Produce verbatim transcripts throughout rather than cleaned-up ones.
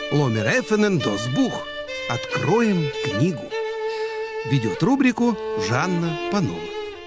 Ломер-Эффенен Досбух. Откроем книгу. Ведет рубрику Жанна Панова.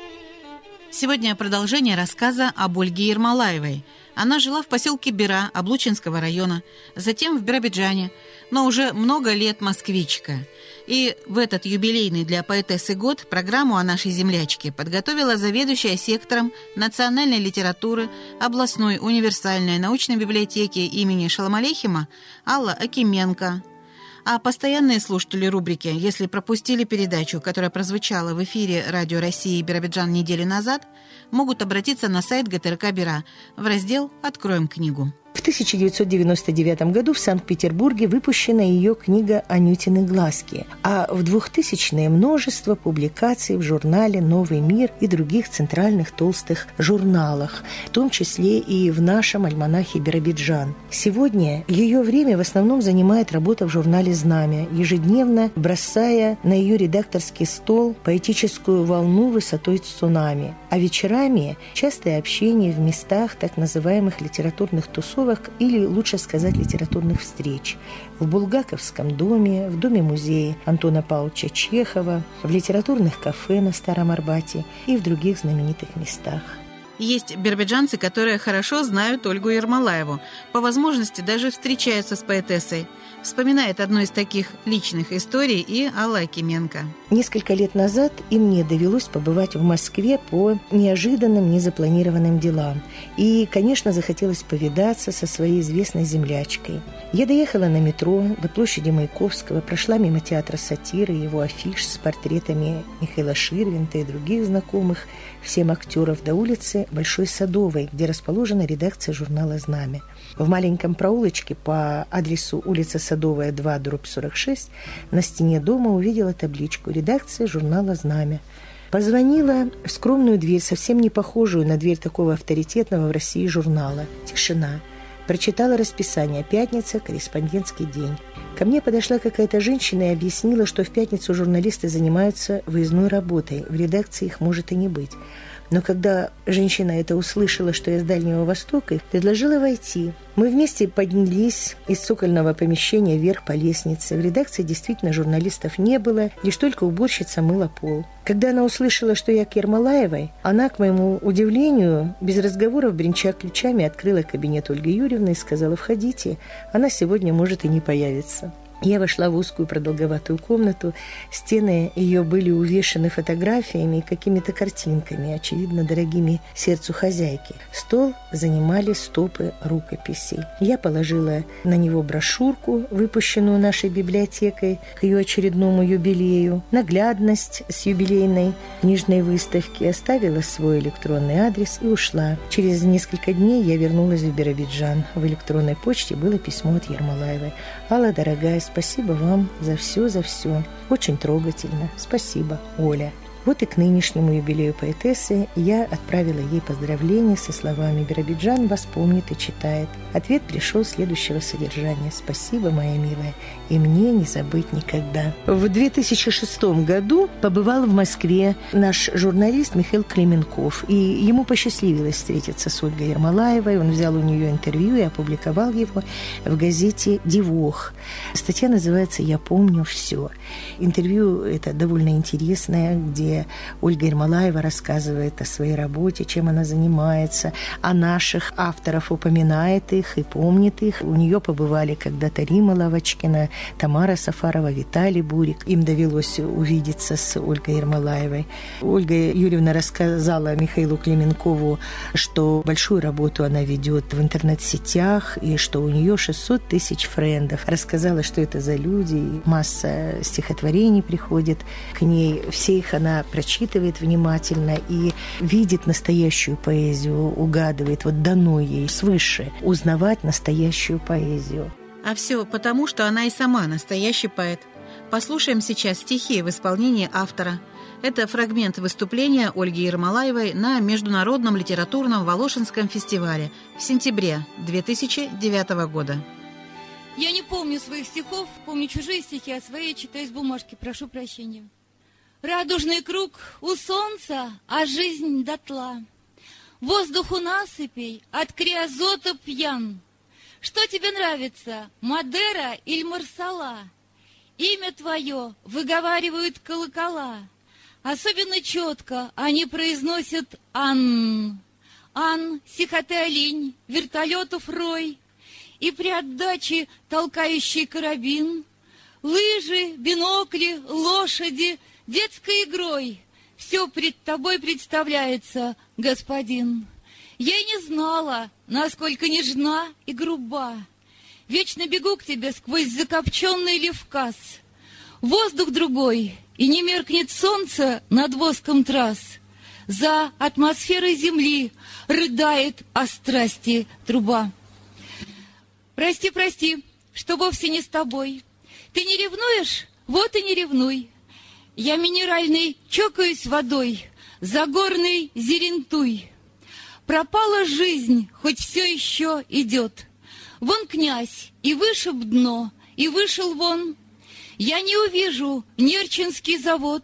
Сегодня продолжение рассказа об Ольге Ермолаевой. Она жила в поселке Бира Облучинского района, затем в Биробиджане, но уже много лет москвичка. И в этот юбилейный для поэтессы год программу о нашей землячке подготовила заведующая сектором национальной литературы областной универсальной научной библиотеки имени Шолом Алейхема Алла Акименко. А постоянные слушатели рубрики, если пропустили передачу, которая прозвучала в эфире Радио России Биробиджан неделю назад, могут обратиться на сайт гэ тэ эр ка Бира в раздел «Откроем книгу». В тысяча девятьсот девяносто девятом году в Санкт-Петербурге выпущена ее книга «Анютины глазки», а в двухтысячные множество публикаций в журнале «Новый мир» и других центральных толстых журналах, в том числе и в нашем альманахе «Биробиджан». Сегодня ее время в основном занимает работа в журнале «Знамя», ежедневно бросая на ее редакторский стол поэтическую волну высотой цунами, а вечерами частое общение в местах так называемых литературных тусовок или, лучше сказать, литературных встреч. В Булгаковском доме, в доме-музее Антона Павловича Чехова, в литературных кафе на Старом Арбате и в других знаменитых местах. Есть биробиджанцы, которые хорошо знают Ольгу Ермолаеву, по возможности даже встречаются с поэтессой. Вспоминает одну из таких личных историй и Алла Акименко. Несколько лет назад и мне довелось побывать в Москве по неожиданным, незапланированным делам. И, конечно, захотелось повидаться со своей известной землячкой. Я доехала на метро до площади Маяковского, прошла мимо театра сатиры, его афиш с портретами Михаила Ширвинта и других знакомых всем актеров, до улицы Большой Садовой, где расположена редакция журнала «Знамя». В маленьком проулочке по адресу улица Садовая, два, дробь сорок шесть, на стене дома увидела табличку «Редакция журнала «Знамя». Позвонила в скромную дверь, совсем не похожую на дверь такого авторитетного в России журнала. Тишина. Прочитала расписание. Пятница, корреспондентский день. Ко мне подошла какая-то женщина и объяснила, что в пятницу журналисты занимаются выездной работой. В редакции их может и не быть. Но когда женщина это услышала, что я с Дальнего Востока, предложила войти. Мы вместе поднялись из цокольного помещения вверх по лестнице. В редакции действительно журналистов не было, лишь только уборщица мыла пол. Когда она услышала, что я к Ермолаевой, она, к моему удивлению, без разговоров, бренча ключами, открыла кабинет Ольги Юрьевны и сказала: «Входите, она сегодня может и не появиться». Я вошла в узкую продолговатую комнату. Стены ее были увешаны фотографиями и какими-то картинками, очевидно, дорогими сердцу хозяйки. Стол занимали стопы рукописей. Я положила на него брошюрку, выпущенную нашей библиотекой к ее очередному юбилею, наглядность с юбилейной книжной выставки, оставила свой электронный адрес и ушла. Через несколько дней я вернулась в Биробиджан. В электронной почте было письмо от Ермолаевой. «Алла, дорогая, спасибо вам за все, за все. Очень трогательно. Спасибо, Оля». Вот и к нынешнему юбилею поэтессы я отправила ей поздравления со словами: «Биробиджан вас помнит и читает». Ответ пришел следующего содержания: «Спасибо, моя милая, и мне не забыть никогда». В две тысячи шестом году побывал в Москве наш журналист Михаил Клименков, и ему посчастливилось встретиться с Ольгой Ермолаевой. Он взял у нее интервью и опубликовал его в газете «Дивох». Статья называется «Я помню все». Интервью это довольно интересное, где Ольга Ермолаева рассказывает о своей работе, чем она занимается, о наших авторов упоминает их и помнит их. У нее побывали когда-то Рима Лавочкина, Тамара Сафарова, Виталий Бурик. Им довелось увидеться с Ольгой Ермолаевой. Ольга Юрьевна рассказала Михаилу Клименкову, что большую работу она ведет в интернет-сетях и что у нее шестьсот тысяч френдов. Рассказала, что это за люди. Масса стихотворений приходит к ней. Все их она прочитывает внимательно и видит настоящую поэзию, угадывает, вот дано ей свыше узнавать настоящую поэзию. А все потому, что она и сама настоящий поэт. Послушаем сейчас стихи в исполнении автора. Это фрагмент выступления Ольги Ермолаевой на Международном литературном Волошинском фестивале в сентябре две тысячи девятого года. Я не помню своих стихов, помню чужие стихи, а свои читаю с бумажки, прошу прощения. Радужный круг у солнца, а жизнь дотла. Воздух у насыпей от криозота пьян. Что тебе нравится, Мадера или Марсала? Имя твое выговаривают колокола. Особенно четко они произносят «Ан». Ан, сихоты олень, вертолетов рой, и при отдаче толкающий карабин, лыжи, бинокли, лошади, детской игрой. Все пред тобой представляется, господин. Я и не знала, насколько нежна и груба. Вечно бегу к тебе сквозь закопченный Левказ. Воздух другой, и не меркнет солнце над воском трасс. За атмосферой земли рыдает о страсти труба. Прости, прости, что вовсе не с тобой. Ты не ревнуешь? Вот и не ревнуй. Я минеральный чокаюсь водой, загорный зерентуй. Пропала жизнь, хоть все еще идет. Вон князь, и вышиб дно, и вышел вон. Я не увижу Нерчинский завод,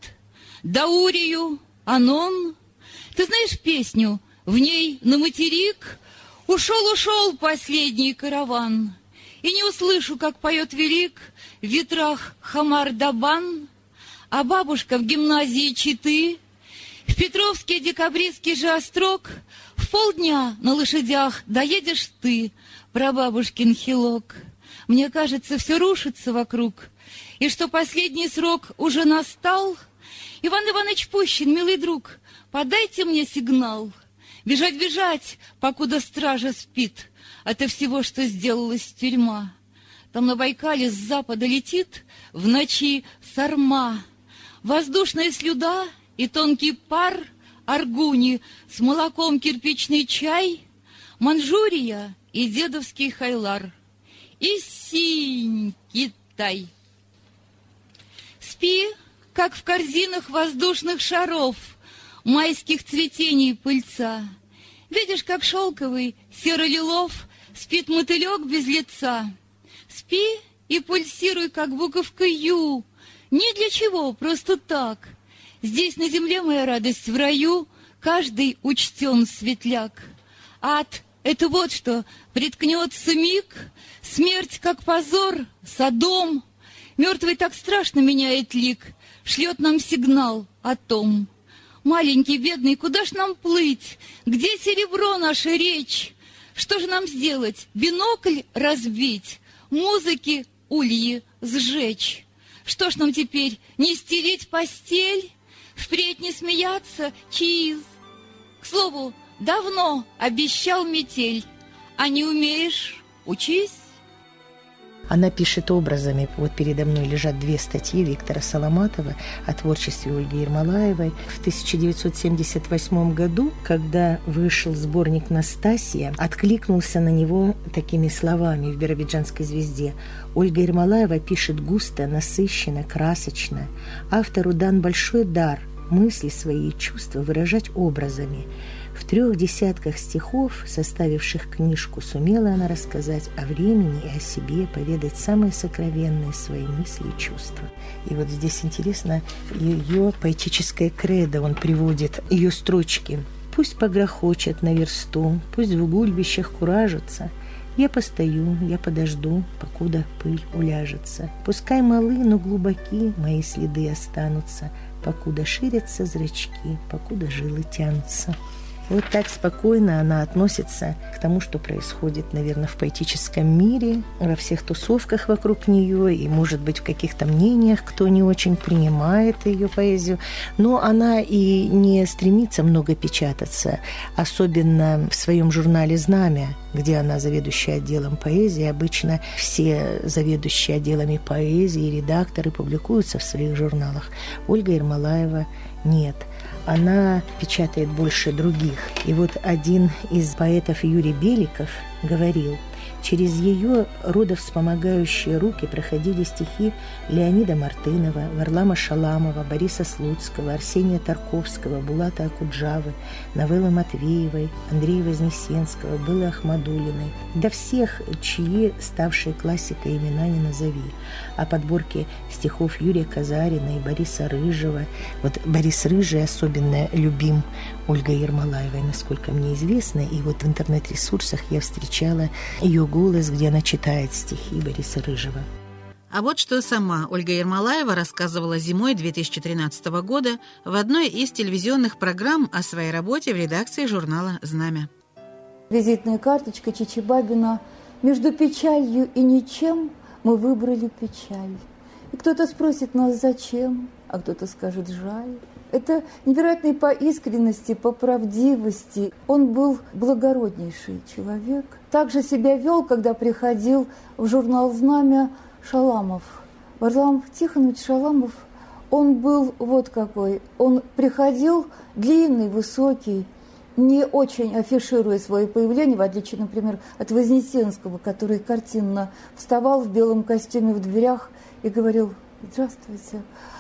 Даурию, Анон. Ты знаешь песню? В ней на материк ушел-ушел последний караван. И не услышу, как поет велик в ветрах Хамар-Дабан. А бабушка в гимназии Читы, в Петровский декабристский же острог, в полдня на лошадях доедешь ты, прабабушкин хилок. Мне кажется, все рушится вокруг, и что последний срок уже настал. Иван Иванович Пущин, милый друг, подайте мне сигнал. Бежать, бежать, покуда стража спит, ото всего, что сделалась тюрьма. Там на Байкале с запада летит в ночи сарма. Воздушная слюда и тонкий пар Аргуни, с молоком кирпичный чай, Манчжурия и дедовский Хайлар, и синь Китай. Спи, как в корзинах воздушных шаров, майских цветений пыльца. Видишь, как шелковый серо-лилов спит мотылек без лица. Спи и пульсируй, как буковка Ю. Ни для чего, просто так. Здесь на земле моя радость, в раю каждый учтен светляк. Ад — это вот что, приткнется миг, смерть как позор, Содом. Мертвый так страшно меняет лик, шлет нам сигнал о том. Маленький, бедный, куда ж нам плыть? Где серебро, наша речь? Что же нам сделать? Бинокль разбить, музыки ульи сжечь. Что ж нам теперь, не стелить постель? Впредь не смеяться, чиз. К слову, давно обещал метель, а не умеешь — учись. Она пишет образами. Вот передо мной лежат две статьи Виктора Соломатова о творчестве Ольги Ермолаевой. В тысяча девятьсот семьдесят восьмом году, когда вышел сборник «Настасья», откликнулся на него такими словами в «Биробиджанской звезде». Ольга Ермолаева пишет густо, насыщенно, красочно. Автору дан большой дар мысли свои и чувства выражать образами. В трех десятках стихов, составивших книжку, сумела она рассказать о времени и о себе, поведать самые сокровенные свои мысли и чувства. И вот здесь интересно ее поэтическое кредо, он приводит ее строчки. «Пусть погрохочет на версту, пусть в гульбищах куражатся. Я постою, я подожду, покуда пыль уляжется. Пускай малы, но глубоки мои следы останутся, покуда ширятся зрачки, покуда жилы тянутся». Вот так спокойно она относится к тому, что происходит, наверное, в поэтическом мире, во всех тусовках вокруг нее, и, может быть, в каких-то мнениях, кто не очень принимает ее поэзию. Но она и не стремится много печататься, особенно в своем журнале «Знамя», где она заведующая отделом поэзии. Обычно все заведующие отделами поэзии и редакторы публикуются в своих журналах. Ольга Ермолаева нет. Она печатает больше других. И вот один из поэтов, Юрий Беликов, говорил: через ее родовспомогающие руки проходили стихи Леонида Мартынова, Варлама Шаламова, Бориса Слуцкого, Арсения Тарковского, Булата Акуджавы, новеллы Матвеевой, Андрея Вознесенского, Беллы Ахмадулиной, до всех, чьи ставшие классикой имена не назови. О подборке стихов Юрия Казарина и Бориса Рыжего. Вот Борис Рыжий особенно любим Ольгой Ермолаевой, насколько мне известно, и вот в интернет-ресурсах я встречала звучала ее голос, где она читает стихи Бориса Рыжего. А вот что сама Ольга Ермолаева рассказывала зимой две тысячи тринадцатого года в одной из телевизионных программ о своей работе в редакции журнала «Знамя». Визитная карточка Чичибабина: «Между печалью и ничем мы выбрали печаль». И кто-то спросит нас, зачем, а кто-то скажет, жаль. Это невероятный по искренности, по правдивости. Он был благороднейший человек. Также себя вел, когда приходил в журнал «Знамя» Шаламов. Варламов Тихонович Шаламов, он был вот какой. Он приходил длинный, высокий, не очень афишируя свое появление, в отличие, например, от Вознесенского, который картинно вставал в белом костюме в дверях и говорил «Здравствуйте».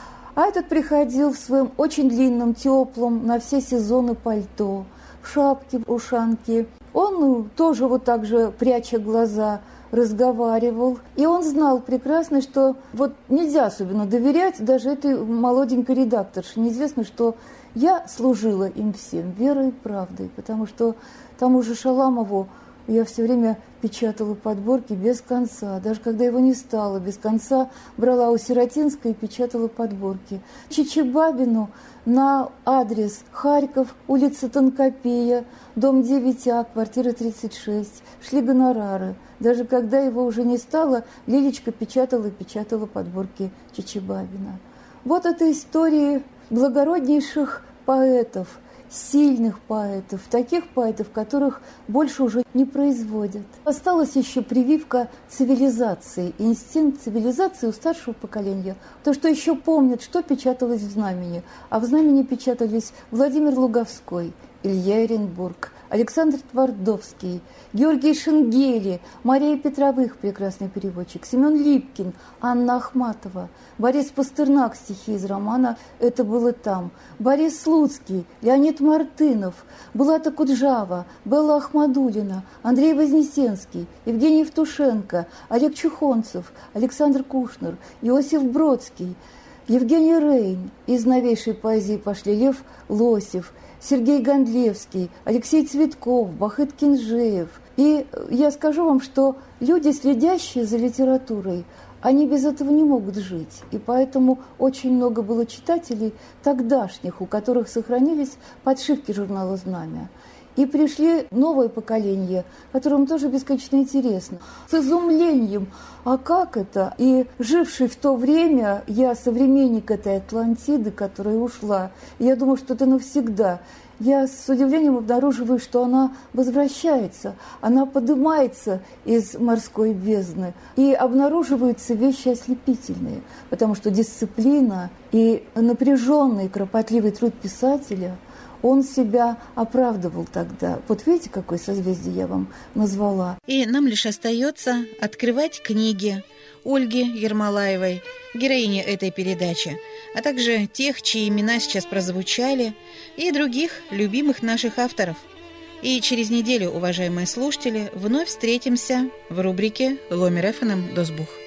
А этот приходил в своем очень длинном, теплом, на все сезоны пальто, в шапке, в ушанке. Он ну, тоже вот так же, пряча глаза, разговаривал. И он знал прекрасно, что вот нельзя особенно доверять даже этой молоденькой редакторше. Неизвестно, что я служила им всем верой и правдой, потому что тому же Шаламову я все время печатала подборки без конца. Даже когда его не стало, без конца брала у Сиротинской и печатала подборки. Чичибабину на адрес Харьков, улица Тонкопея, дом девять А, квартира тридцать шесть, шли гонорары. Даже когда его уже не стало, Лилечка печатала и печатала подборки Чичибабина. Вот это истории благороднейших поэтов, сильных поэтов, таких поэтов, которых больше уже не производят. Осталась еще прививка цивилизации, инстинкт цивилизации у старшего поколения. То, что еще помнят, что печаталось в «Знамени». А в «Знамени» печатались Владимир Луговской, Илья Эренбург, Александр Твардовский, Георгий Шенгели, Мария Петровых, прекрасный переводчик, Семен Липкин, Анна Ахматова, Борис Пастернак, стихи из романа «Это было там», Борис Слуцкий, Леонид Мартынов, Булата Куджава, Белла Ахмадулина, Андрей Вознесенский, Евгений Евтушенко, Олег Чухонцев, Александр Кушнер, Иосиф Бродский, Евгений Рейн. Из новейшей поэзии пошли Лев Лосев, Сергей Гондлевский, Алексей Цветков, Бахыт Кинжеев. И я скажу вам, что люди, следящие за литературой, они без этого не могут жить. И поэтому очень много было читателей тогдашних, у которых сохранились подшивки журнала «Знамя». И пришли новое поколение, которому тоже бесконечно интересно. С изумлением, а как это? И живший в то время, я современник этой Атлантиды, которая ушла, и я думаю, что это навсегда. Я с удивлением обнаруживаю, что она возвращается, она поднимается из морской бездны, и обнаруживаются вещи ослепительные, потому что дисциплина и напряженный, кропотливый труд писателя – он себя оправдывал тогда. Вот видите, какое созвездие я вам назвала. И нам лишь остается открывать книги Ольги Ермолаевой, героини этой передачи, а также тех, чьи имена сейчас прозвучали, и других любимых наших авторов. И через неделю, уважаемые слушатели, вновь встретимся в рубрике «Ломер эф эн эм Досбух».